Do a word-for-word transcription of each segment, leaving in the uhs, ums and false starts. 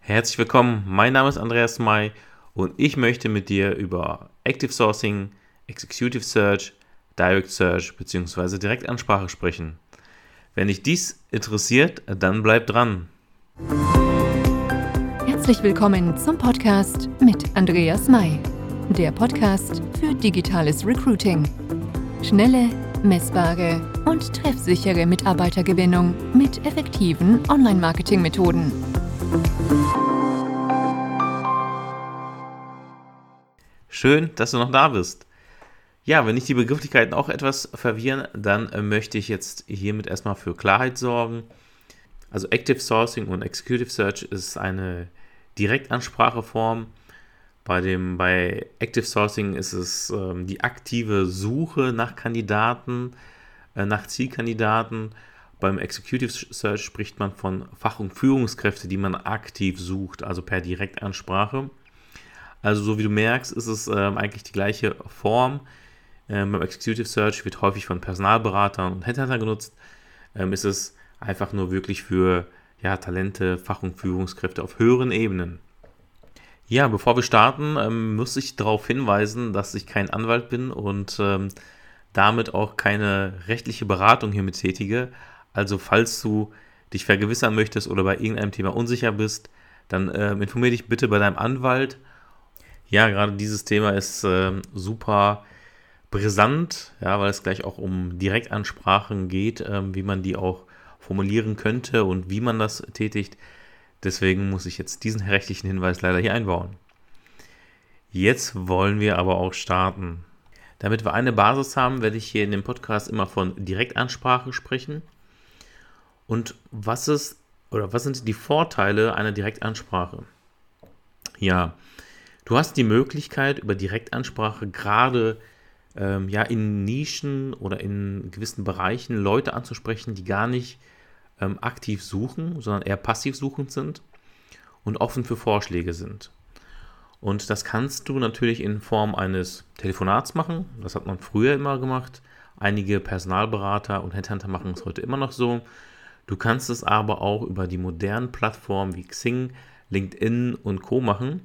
Herzlich willkommen, mein Name ist Andreas May und ich möchte mit dir über Active Sourcing, Executive Search, Direct Search bzw. Direktansprache sprechen. Wenn dich dies interessiert, dann bleib dran. Herzlich willkommen zum Podcast mit Andreas May, der Podcast für digitales Recruiting. Schnelle, messbare und treffsichere Mitarbeitergewinnung mit effektiven Online-Marketing-Methoden. Schön, dass du noch da bist. Ja, wenn dich die Begrifflichkeiten auch etwas verwirren, dann äh, möchte ich jetzt hiermit erstmal für Klarheit sorgen. Also Active Sourcing und Executive Search ist eine Direktanspracheform. Bei, dem, bei Active Sourcing ist es ähm, die aktive Suche nach Kandidaten, äh, nach Zielkandidaten. Beim Executive Search spricht man von Fach- und Führungskräfte, die man aktiv sucht, also per Direktansprache. Also so wie du merkst, ist es ähm, eigentlich die gleiche Form. Ähm, beim Executive Search wird häufig von Personalberatern und Headhuntern genutzt. Ähm, ist es einfach nur wirklich für ja, Talente, Fach- und Führungskräfte auf höheren Ebenen. Ja, bevor wir starten, ähm, muss ich darauf hinweisen, dass ich kein Anwalt bin und ähm, damit auch keine rechtliche Beratung hiermit tätige. Also falls du dich vergewissern möchtest oder bei irgendeinem Thema unsicher bist, dann ähm, informiere dich bitte bei deinem Anwalt. Ja, gerade dieses Thema ist ähm, super brisant, ja, weil es gleich auch um Direktansprachen geht, ähm, wie man die auch formulieren könnte und wie man das tätigt. Deswegen muss ich jetzt diesen rechtlichen Hinweis leider hier einbauen. Jetzt wollen wir aber auch starten. Damit wir eine Basis haben, werde ich hier in dem Podcast immer von Direktansprache sprechen. Und was ist oder was sind die Vorteile einer Direktansprache? Ja, du hast die Möglichkeit, über Direktansprache gerade ähm, ja, in Nischen oder in gewissen Bereichen Leute anzusprechen, die gar nicht ähm, aktiv suchen, sondern eher passiv suchend sind und offen für Vorschläge sind. Und das kannst du natürlich in Form eines Telefonats machen. Das hat man früher immer gemacht. Einige Personalberater und Headhunter machen es heute immer noch so. Du kannst es aber auch über die modernen Plattformen wie Xing, LinkedIn und Co. machen.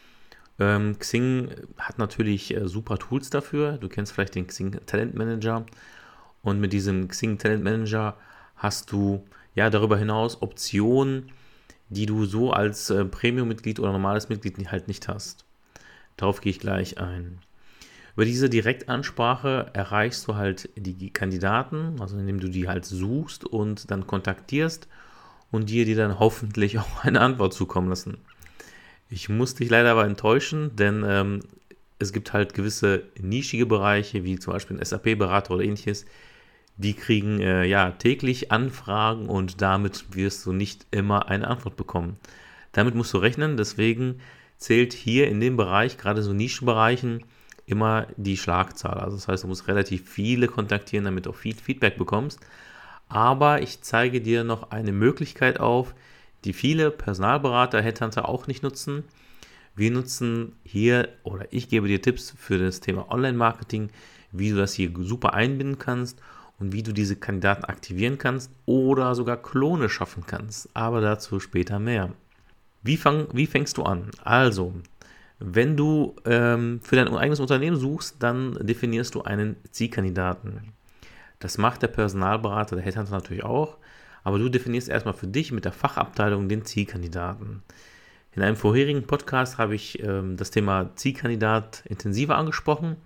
Ähm, Xing hat natürlich äh, super Tools dafür. Du kennst vielleicht den Xing Talent Manager. Und mit diesem Xing Talent Manager hast du ja darüber hinaus Optionen, die du so als äh, Premium-Mitglied oder normales Mitglied halt nicht hast. Darauf gehe ich gleich ein. Über diese Direktansprache erreichst du halt die Kandidaten, also indem du die halt suchst und dann kontaktierst und dir die dann hoffentlich auch eine Antwort zukommen lassen. Ich muss dich leider aber enttäuschen, denn ähm, es gibt halt gewisse nischige Bereiche, wie zum Beispiel ein S A P-Berater oder ähnliches, die kriegen äh, ja täglich Anfragen und damit wirst du nicht immer eine Antwort bekommen. Damit musst du rechnen, deswegen zählt hier in dem Bereich, gerade so Nischenbereichen, immer die Schlagzahl. Also das heißt, du musst relativ viele kontaktieren, damit du auch viel Feedback bekommst. Aber ich zeige dir noch eine Möglichkeit auf, die viele Personalberater, Headhunter auch nicht nutzen. Wir nutzen hier, oder ich gebe dir Tipps für das Thema Online-Marketing, wie du das hier super einbinden kannst und wie du diese Kandidaten aktivieren kannst oder sogar Klone schaffen kannst. Aber dazu später mehr. Wie, fang, wie fängst du an? Also, wenn du ähm, für dein eigenes Unternehmen suchst, dann definierst du einen Zielkandidaten. Das macht der Personalberater, der Headhunter natürlich auch. Aber du definierst erstmal für dich mit der Fachabteilung den Zielkandidaten. In einem vorherigen Podcast habe ich ähm, das Thema Zielkandidat intensiver angesprochen.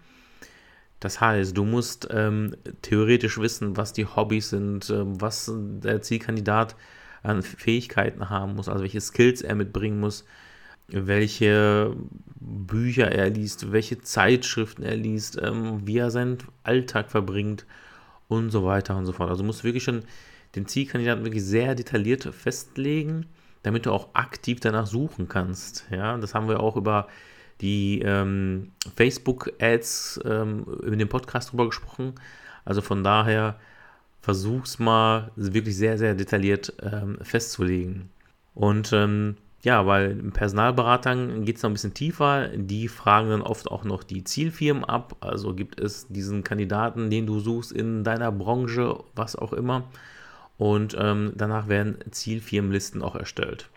Das heißt, du musst ähm, theoretisch wissen, was die Hobbys sind, ähm, was der Zielkandidat an Fähigkeiten haben muss, also welche Skills er mitbringen muss, welche Bücher er liest, welche Zeitschriften er liest, ähm, wie er seinen Alltag verbringt und so weiter und so fort. Also du musst wirklich schon den Zielkandidaten wirklich sehr detailliert festlegen, damit du auch aktiv danach suchen kannst. Ja, das haben wir auch über die ähm, Facebook-Ads ähm, in dem Podcast drüber gesprochen. Also von daher versuch's mal wirklich sehr, sehr detailliert ähm, festzulegen. Und ähm, ja, weil in Personalberatern geht es noch ein bisschen tiefer. Die fragen dann oft auch noch die Zielfirmen ab. Also gibt es diesen Kandidaten, den du suchst in deiner Branche, was auch immer. Und ähm, danach werden Zielfirmenlisten auch erstellt.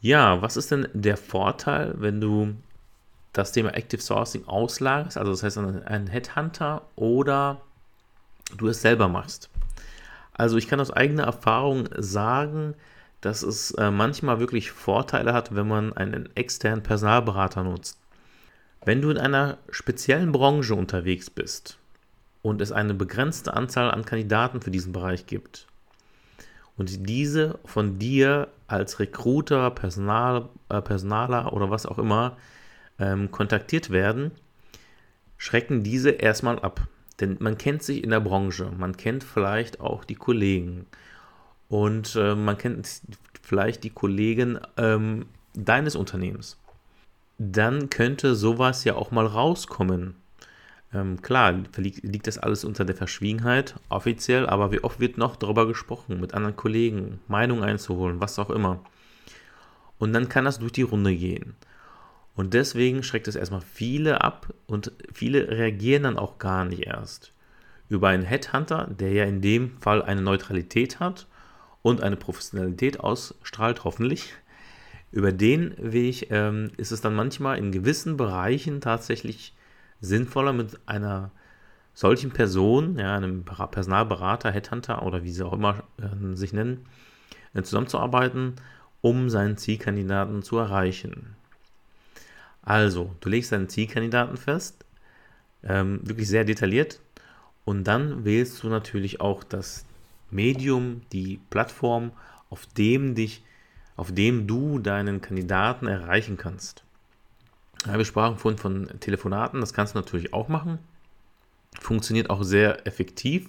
Ja, was ist denn der Vorteil, wenn du das Thema Active Sourcing auslagerst, also das heißt ein Headhunter oder du es selber machst? Also ich kann aus eigener Erfahrung sagen, dass es äh, manchmal wirklich Vorteile hat, wenn man einen externen Personalberater nutzt. Wenn du in einer speziellen Branche unterwegs bist und es eine begrenzte Anzahl an Kandidaten für diesen Bereich gibt und diese von dir als Recruiter, Personal, äh, Personaler oder was auch immer ähm, kontaktiert werden, schrecken diese erstmal ab. Denn man kennt sich in der Branche, man kennt vielleicht auch die Kollegen und äh, man kennt vielleicht die Kollegen ähm, deines Unternehmens. Dann könnte sowas ja auch mal rauskommen. Ähm, klar, liegt, liegt das alles unter der Verschwiegenheit, offiziell, aber wie oft wird noch darüber gesprochen, mit anderen Kollegen, Meinung einzuholen, was auch immer. Und dann kann das durch die Runde gehen. Und deswegen schreckt es erstmal viele ab und viele reagieren dann auch gar nicht erst. Über einen Headhunter, der ja in dem Fall eine Neutralität hat und eine Professionalität ausstrahlt, hoffentlich. Über den Weg ähm, ist es dann manchmal in gewissen Bereichen tatsächlich sinnvoller, mit einer solchen Person, ja, einem Personalberater, Headhunter oder wie sie auch immer äh, sich nennen, äh, zusammenzuarbeiten, um seinen Zielkandidaten zu erreichen. Also, du legst deinen Zielkandidaten fest, ähm, wirklich sehr detailliert, und dann wählst du natürlich auch das Medium, die Plattform, auf dem dich, auf dem du deinen Kandidaten erreichen kannst. Ja, wir sprachen vorhin von Telefonaten, das kannst du natürlich auch machen. Funktioniert auch sehr effektiv.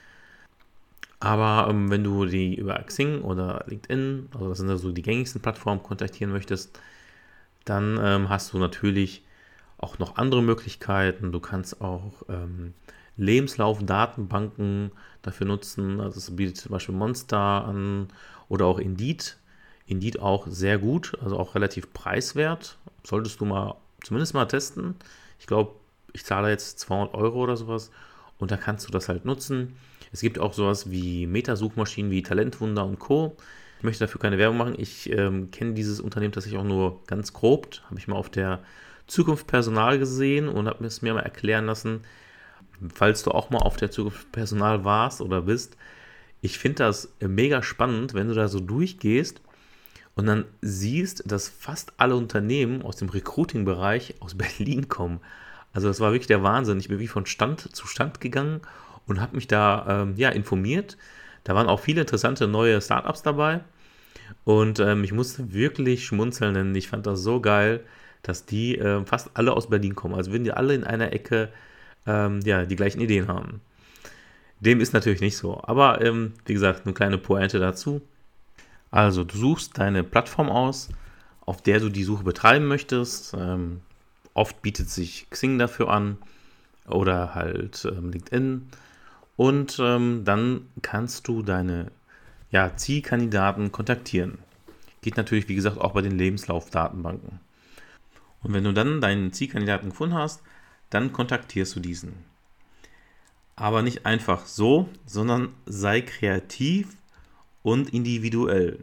Aber ähm, wenn du die über Xing oder LinkedIn, also das sind also die gängigsten Plattformen, kontaktieren möchtest, dann ähm, hast du natürlich auch noch andere Möglichkeiten. Du kannst auch ähm, Lebenslauf-Datenbanken dafür nutzen. Also es bietet zum Beispiel Monster an oder auch Indeed. Indeed auch sehr gut, also auch relativ preiswert. Solltest du mal zumindest mal testen. Ich glaube, ich zahle jetzt zweihundert Euro oder sowas und da kannst du das halt nutzen. Es gibt auch sowas wie Meta-Suchmaschinen wie Talentwunder und Co. Ich möchte dafür keine Werbung machen. Ich ähm, kenne dieses Unternehmen tatsächlich auch nur ganz grob. Habe ich mal auf der Zukunft Personal gesehen und habe es mir mal erklären lassen, falls du auch mal auf der Zukunft Personal warst oder bist. Ich finde das mega spannend, wenn du da so durchgehst und dann siehst, dass fast alle Unternehmen aus dem Recruiting-Bereich aus Berlin kommen. Also das war wirklich der Wahnsinn. Ich bin wie von Stand zu Stand gegangen und habe mich da ähm, ja, informiert. Da waren auch viele interessante neue Startups dabei und ähm, ich musste wirklich schmunzeln, denn ich fand das so geil, dass die äh, fast alle aus Berlin kommen. Also würden die alle in einer Ecke ähm, ja, die gleichen Ideen haben. Dem ist natürlich nicht so, aber ähm, wie gesagt, eine kleine Pointe dazu. Also du suchst deine Plattform aus, auf der du die Suche betreiben möchtest. Ähm, oft bietet sich Xing dafür an oder halt ähm, LinkedIn. Und ähm, dann kannst du deine ja, Zielkandidaten kontaktieren. Geht natürlich, wie gesagt, auch bei den Lebenslaufdatenbanken. Und wenn du dann deinen Zielkandidaten gefunden hast, dann kontaktierst du diesen. Aber nicht einfach so, sondern sei kreativ und individuell.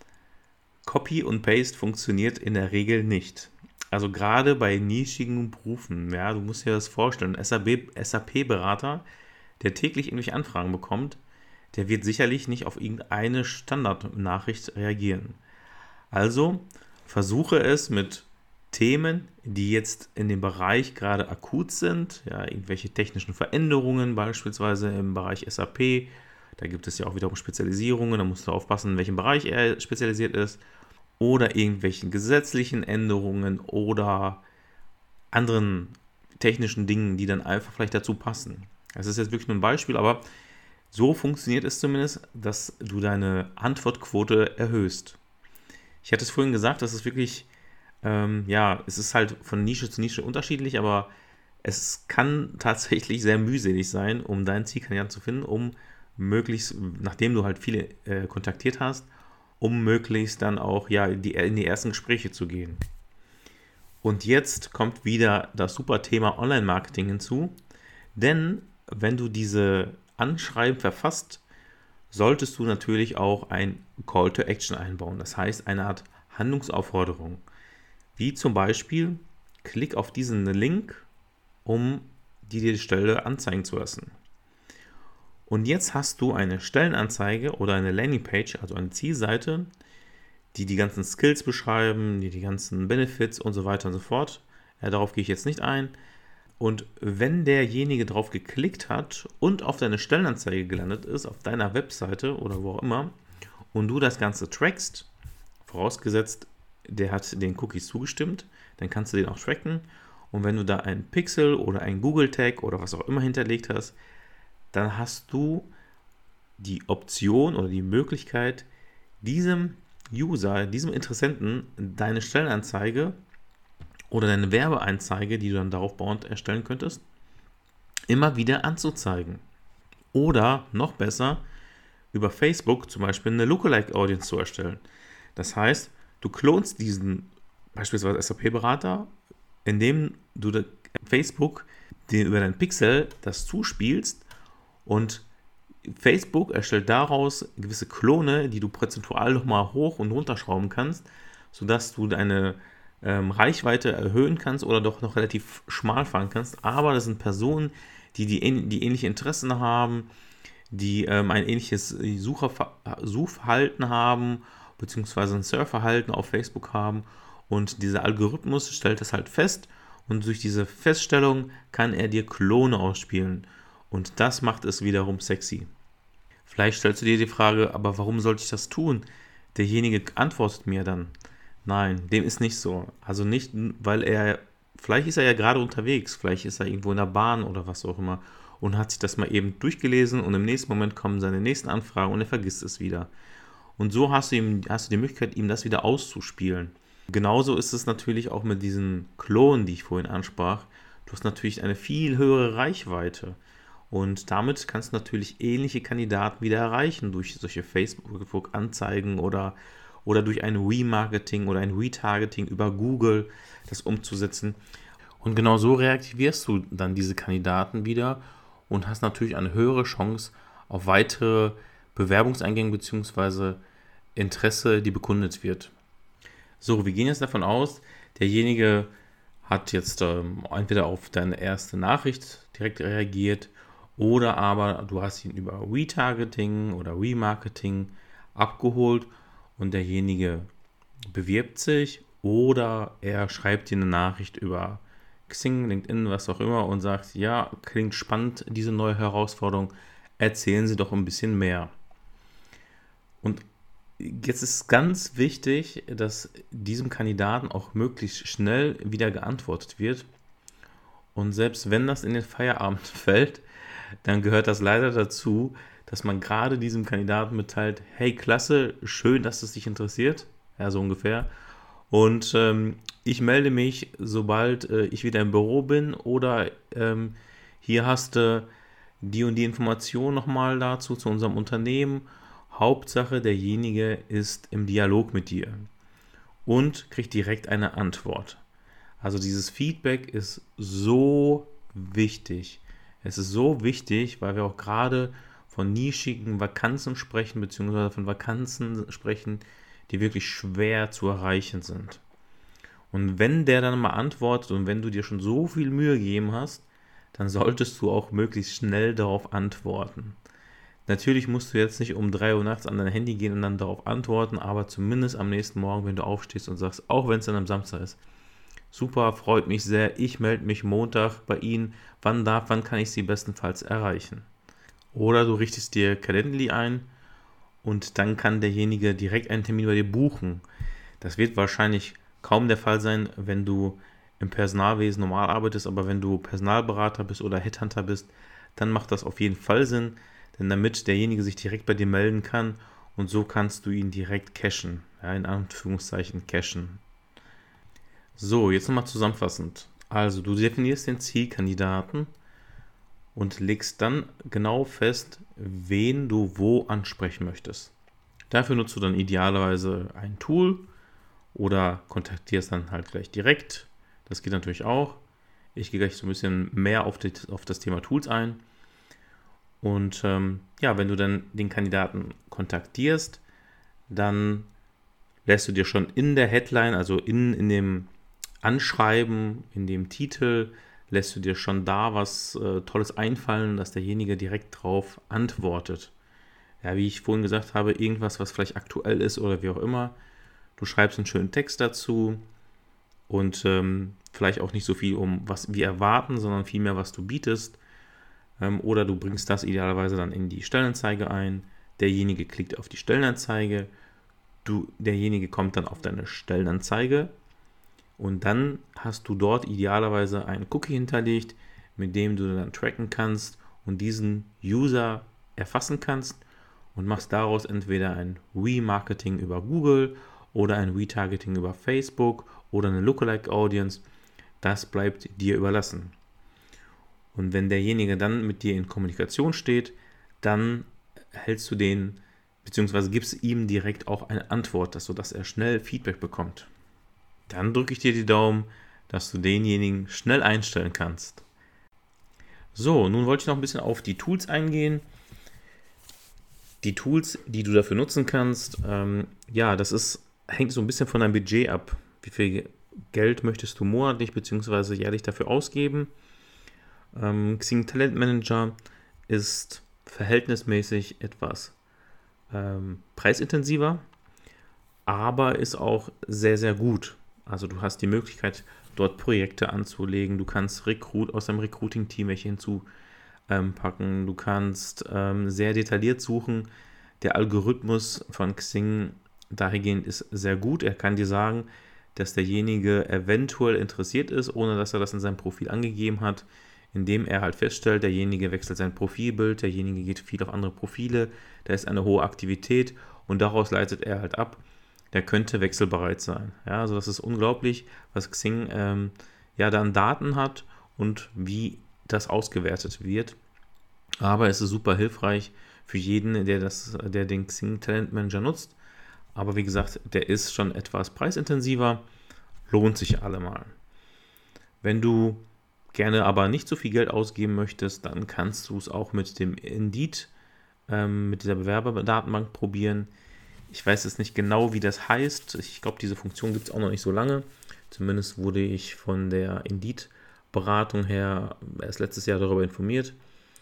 Copy und Paste funktioniert in der Regel nicht. Also gerade bei nischigen Berufen, ja, du musst dir das vorstellen, ein S A P-Berater, der täglich irgendwelche Anfragen bekommt, der wird sicherlich nicht auf irgendeine Standardnachricht reagieren. Also versuche es mit Themen, die jetzt in dem Bereich gerade akut sind, ja, irgendwelche technischen Veränderungen beispielsweise im Bereich S A P, da gibt es ja auch wiederum Spezialisierungen, da musst du aufpassen, in welchem Bereich er spezialisiert ist, oder irgendwelchen gesetzlichen Änderungen oder anderen technischen Dingen, die dann einfach vielleicht dazu passen. Das ist jetzt wirklich nur ein Beispiel, aber so funktioniert es zumindest, dass du deine Antwortquote erhöhst. Ich hatte es vorhin gesagt, dass es wirklich, ähm, ja, es ist halt von Nische zu Nische unterschiedlich, aber es kann tatsächlich sehr mühselig sein, um deinen Zielkandidaten zu finden, um möglichst, nachdem du halt viele äh, kontaktiert hast, um möglichst dann auch ja, die, in die ersten Gespräche zu gehen. Und jetzt kommt wieder das super Thema Online-Marketing hinzu, denn wenn du diese Anschreiben verfasst, solltest du natürlich auch ein Call to Action einbauen. Das heißt, eine Art Handlungsaufforderungen. Wie zum Beispiel, klick auf diesen Link, um die dir die Stelle anzeigen zu lassen. Und jetzt hast du eine Stellenanzeige oder eine Landingpage, also eine Zielseite, die die ganzen Skills beschreiben, die die ganzen Benefits und so weiter und so fort. Ja, darauf gehe ich jetzt nicht ein. Und wenn derjenige drauf geklickt hat und auf deine Stellenanzeige gelandet ist, auf deiner Webseite oder wo auch immer, und du das Ganze trackst, vorausgesetzt, der hat den Cookies zugestimmt, dann kannst du den auch tracken. Und wenn du da ein Pixel oder ein Google-Tag oder was auch immer hinterlegt hast, dann hast du die Option oder die Möglichkeit, diesem User, diesem Interessenten deine Stellenanzeige oder deine Werbeanzeige, die du dann darauf bauend erstellen könntest, immer wieder anzuzeigen. Oder noch besser, über Facebook zum Beispiel eine Lookalike-Audience zu erstellen. Das heißt, du klonst diesen beispielsweise S A P-Berater, indem du Facebook den über dein Pixel das zuspielst und Facebook erstellt daraus gewisse Klone, die du prozentual nochmal hoch und runterschrauben kannst, sodass du deine ähm, Reichweite erhöhen kannst oder doch noch relativ schmal fahren kannst. Aber das sind Personen, die, die, die ähnliche Interessen haben, die ähm, ein ähnliches Sucher, Suchverhalten haben, beziehungsweise ein Surfverhalten auf Facebook haben. Und dieser Algorithmus stellt das halt fest und durch diese Feststellung kann er dir Klone ausspielen. Und das macht es wiederum sexy. Vielleicht stellst du dir die Frage, aber warum sollte ich das tun? Derjenige antwortet mir dann. Nein, dem ist nicht so. Also nicht, weil er, vielleicht ist er ja gerade unterwegs, vielleicht ist er irgendwo in der Bahn oder was auch immer und hat sich das mal eben durchgelesen und im nächsten Moment kommen seine nächsten Anfragen und er vergisst es wieder. Und so hast du, ihm, hast du die Möglichkeit, ihm das wieder auszuspielen. Genauso ist es natürlich auch mit diesen Klonen, die ich vorhin ansprach. Du hast natürlich eine viel höhere Reichweite. Und damit kannst du natürlich ähnliche Kandidaten wieder erreichen durch solche Facebook-Anzeigen oder, oder durch ein Remarketing oder ein Retargeting über Google, das umzusetzen. Und genau so reaktivierst du dann diese Kandidaten wieder und hast natürlich eine höhere Chance auf weitere Bewerbungseingänge bzw. Interesse, die bekundet wird. So, wir gehen jetzt davon aus, derjenige hat jetzt ähm, entweder auf deine erste Nachricht direkt reagiert oder aber du hast ihn über Retargeting oder Remarketing abgeholt und derjenige bewirbt sich oder er schreibt dir eine Nachricht über Xing, LinkedIn, was auch immer und sagt, ja, klingt spannend, diese neue Herausforderung, erzählen Sie doch ein bisschen mehr. Und jetzt ist ganz wichtig, dass diesem Kandidaten auch möglichst schnell wieder geantwortet wird. Und selbst wenn das in den Feierabend fällt, dann gehört das leider dazu, dass man gerade diesem Kandidaten mitteilt, hey, klasse, schön, dass es dich interessiert, ja, so ungefähr. Und ähm, ich melde mich, sobald äh, ich wieder im Büro bin oder ähm, hier hast du die und die Information nochmal dazu, zu unserem Unternehmen. Hauptsache, derjenige ist im Dialog mit dir und kriegt direkt eine Antwort. Also dieses Feedback ist so wichtig. Es ist so wichtig, weil wir auch gerade von nischigen Vakanzen sprechen, beziehungsweise von Vakanzen sprechen, die wirklich schwer zu erreichen sind. Und wenn der dann mal antwortet und wenn du dir schon so viel Mühe gegeben hast, dann solltest du auch möglichst schnell darauf antworten. Natürlich musst du jetzt nicht um drei Uhr nachts an dein Handy gehen und dann darauf antworten, aber zumindest am nächsten Morgen, wenn du aufstehst und sagst, auch wenn es dann am Samstag ist, super, freut mich sehr, ich melde mich Montag bei Ihnen, wann darf, wann kann ich Sie bestenfalls erreichen. Oder du richtest dir Calendly ein und dann kann derjenige direkt einen Termin bei dir buchen. Das wird wahrscheinlich kaum der Fall sein, wenn du im Personalwesen normal arbeitest, aber wenn du Personalberater bist oder Headhunter bist, dann macht das auf jeden Fall Sinn, denn damit derjenige sich direkt bei dir melden kann und so kannst du ihn direkt cashen, ja, in Anführungszeichen cashen. So, jetzt nochmal zusammenfassend. Also, du definierst den Zielkandidaten und legst dann genau fest, wen du wo ansprechen möchtest. Dafür nutzt du dann idealerweise ein Tool oder kontaktierst dann halt gleich direkt. Das geht natürlich auch. Ich gehe gleich so ein bisschen mehr auf, die, auf das Thema Tools ein. Und ähm, ja, wenn du dann den Kandidaten kontaktierst, dann lässt du dir schon in der Headline, also in, in dem Anschreiben, in dem Titel, lässt du dir schon da was äh, Tolles einfallen, dass derjenige direkt drauf antwortet. Ja, wie ich vorhin gesagt habe, irgendwas, was vielleicht aktuell ist oder wie auch immer. Du schreibst einen schönen Text dazu und ähm, vielleicht auch nicht so viel um was wir erwarten, sondern vielmehr, was du bietest. Ähm, oder du bringst das idealerweise dann in die Stellenanzeige ein. Derjenige klickt auf die Stellenanzeige. Du, derjenige kommt dann auf deine Stellenanzeige. Und dann hast du dort idealerweise einen Cookie hinterlegt, mit dem du dann tracken kannst und diesen User erfassen kannst und machst daraus entweder ein Remarketing über Google oder ein Retargeting über Facebook oder eine Lookalike Audience. Das bleibt dir überlassen. Und wenn derjenige dann mit dir in Kommunikation steht, dann hältst du den, beziehungsweise gibst ihm direkt auch eine Antwort, sodass er schnell Feedback bekommt. Dann drücke ich dir die Daumen, dass du denjenigen schnell einstellen kannst. So, nun wollte ich noch ein bisschen auf die Tools eingehen. Die Tools, die du dafür nutzen kannst, ähm, ja, das ist, hängt so ein bisschen von deinem Budget ab. Wie viel Geld möchtest du monatlich bzw. jährlich dafür ausgeben? Ähm, Xing Talent Manager ist verhältnismäßig etwas ähm, preisintensiver, aber ist auch sehr, sehr gut. Also du hast die Möglichkeit, dort Projekte anzulegen. Du kannst Recruit aus deinem Recruiting-Team welche hinzupacken. Du kannst ähm, sehr detailliert suchen. Der Algorithmus von Xing dahingehend ist sehr gut. Er kann dir sagen, dass derjenige eventuell interessiert ist, ohne dass er das in seinem Profil angegeben hat, indem er halt feststellt, derjenige wechselt sein Profilbild, derjenige geht viel auf andere Profile, da ist eine hohe Aktivität und daraus leitet er halt ab, der könnte wechselbereit sein. Ja, also das ist unglaublich, was Xing ähm, ja dann Daten hat und wie das ausgewertet wird. Aber es ist super hilfreich für jeden, der, das, der den Xing Talent Manager nutzt. Aber wie gesagt, der ist schon etwas preisintensiver, lohnt sich allemal. Wenn du gerne aber nicht so viel Geld ausgeben möchtest, dann kannst du es auch mit dem Indeed, ähm, mit dieser Bewerberdatenbank probieren. Ich weiß jetzt nicht genau, wie das heißt. Ich glaube, diese Funktion gibt es auch noch nicht so lange. Zumindest wurde ich von der Indeed-Beratung her erst letztes Jahr darüber informiert.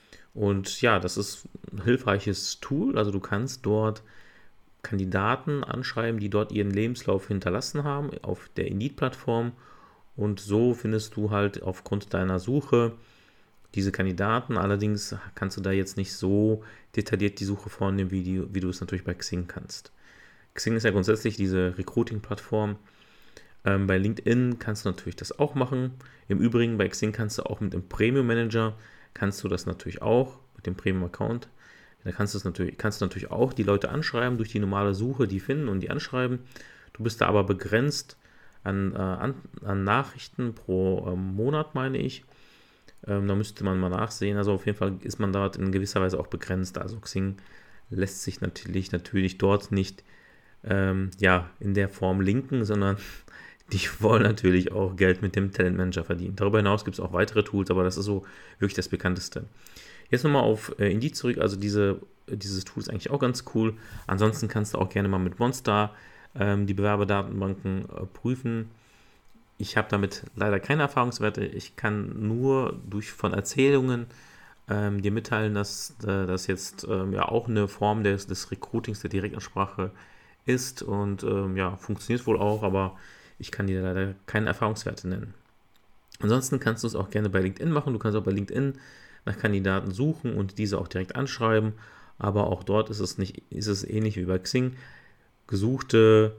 Und ja, das ist ein hilfreiches Tool. Also du kannst dort Kandidaten anschreiben, die dort ihren Lebenslauf hinterlassen haben auf der Indeed-Plattform. Und so findest du halt aufgrund deiner Suche diese Kandidaten. Allerdings kannst du da jetzt nicht so detailliert die Suche vornehmen, wie, die, wie du es natürlich bei Xing kannst. Xing ist ja grundsätzlich diese Recruiting-Plattform. Ähm, bei LinkedIn kannst du natürlich das auch machen. Im Übrigen, bei Xing kannst du auch mit dem Premium-Manager, kannst du das natürlich auch, mit dem Premium-Account. Da kannst du es natürlich, kannst du natürlich auch die Leute anschreiben, durch die normale Suche, die finden und die anschreiben. Du bist da aber begrenzt an, äh, an, an Nachrichten pro ähm, Monat, meine ich. Ähm, da müsste man mal nachsehen. Also auf jeden Fall ist man dort in gewisser Weise auch begrenzt. Also Xing lässt sich natürlich, natürlich dort nicht ähm, ja, in der Form linken, sondern die wollen natürlich auch Geld mit dem Talent Manager verdienen. Darüber hinaus gibt es auch weitere Tools, aber das ist so wirklich das bekannteste. Jetzt nochmal auf äh, Indeed zurück. Also diese, dieses Tool ist eigentlich auch ganz cool. Ansonsten kannst du auch gerne mal mit Monster ähm, die Bewerberdatenbanken äh, prüfen. Ich habe damit leider keine Erfahrungswerte. Ich kann nur durch von Erzählungen ähm, dir mitteilen, dass äh, das jetzt ähm, ja auch eine Form des, des Recruitings, der Direktansprache ist und ähm, ja, funktioniert wohl auch, aber ich kann dir leider keine Erfahrungswerte nennen. Ansonsten kannst du es auch gerne bei LinkedIn machen. Du kannst auch bei LinkedIn nach Kandidaten suchen und diese auch direkt anschreiben, aber auch dort ist es nicht, ist es ähnlich wie bei Xing. Gesuchte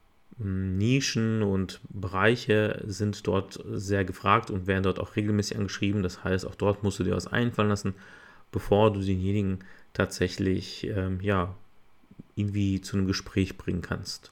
Nischen und Bereiche sind dort sehr gefragt und werden dort auch regelmäßig angeschrieben. Das heißt, auch dort musst du dir was einfallen lassen, bevor du denjenigen tatsächlich ähm, ja, irgendwie zu einem Gespräch bringen kannst.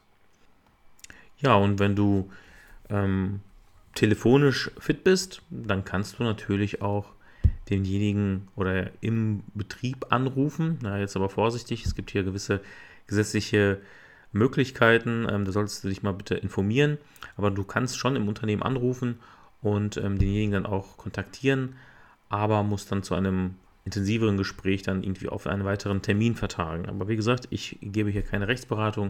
Ja, und wenn du ähm, telefonisch fit bist, dann kannst du natürlich auch denjenigen oder im Betrieb anrufen. Na, jetzt aber vorsichtig, es gibt hier gewisse gesetzliche Möglichkeiten, ähm, da solltest du dich mal bitte informieren, aber du kannst schon im Unternehmen anrufen und ähm, denjenigen dann auch kontaktieren, aber musst dann zu einem intensiveren Gespräch dann irgendwie auf einen weiteren Termin vertagen. Aber wie gesagt, ich gebe hier keine Rechtsberatung,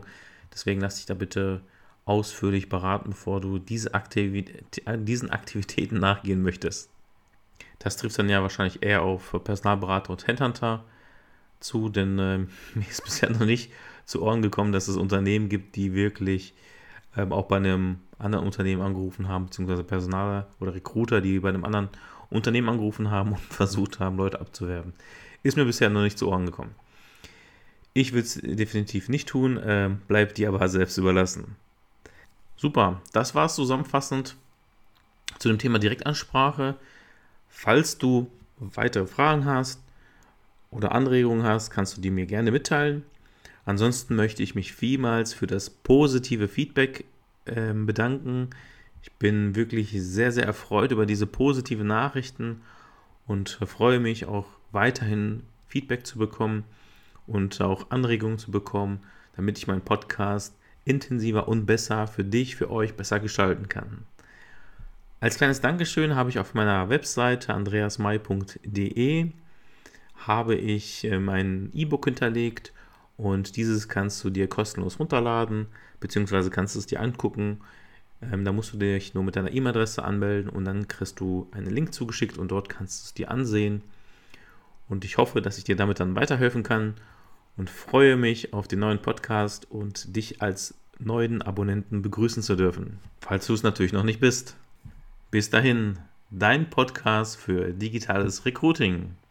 Deswegen lass dich da bitte ausführlich beraten, bevor du diese Aktivität, diesen Aktivitäten nachgehen möchtest. Das trifft dann ja wahrscheinlich eher auf Personalberater und Headhunter zu, denn äh, mir ist bisher noch nicht zu Ohren gekommen, dass es Unternehmen gibt, die wirklich ähm, auch bei einem anderen Unternehmen angerufen haben, beziehungsweise Personaler oder Recruiter, die bei einem anderen Unternehmen angerufen haben und versucht haben, Leute abzuwerben. Ist mir bisher noch nicht zu Ohren gekommen. Ich will es definitiv nicht tun, äh, bleibt dir aber selbst überlassen. Super, das war es zusammenfassend zu dem Thema Direktansprache. Falls du weitere Fragen hast oder Anregungen hast, kannst du die mir gerne mitteilen. Ansonsten möchte ich mich vielmals für das positive Feedback äh, bedanken. Ich bin wirklich sehr, sehr erfreut über diese positiven Nachrichten und freue mich auch weiterhin Feedback zu bekommen und auch Anregungen zu bekommen, damit ich meinen Podcast intensiver und besser für dich, für euch besser gestalten kann. Als kleines Dankeschön habe ich auf meiner Webseite andreasmai punkt de habe ich mein E-Book hinterlegt und dieses kannst du dir kostenlos runterladen, beziehungsweise kannst du es dir angucken. Ähm, da musst du dich nur mit deiner E-Mail-Adresse anmelden und dann kriegst du einen Link zugeschickt und dort kannst du es dir ansehen. Und ich hoffe, dass ich dir damit dann weiterhelfen kann und freue mich auf den neuen Podcast und dich als neuen Abonnenten begrüßen zu dürfen, falls du es natürlich noch nicht bist. Bis dahin, dein Podcast für digitales Recruiting.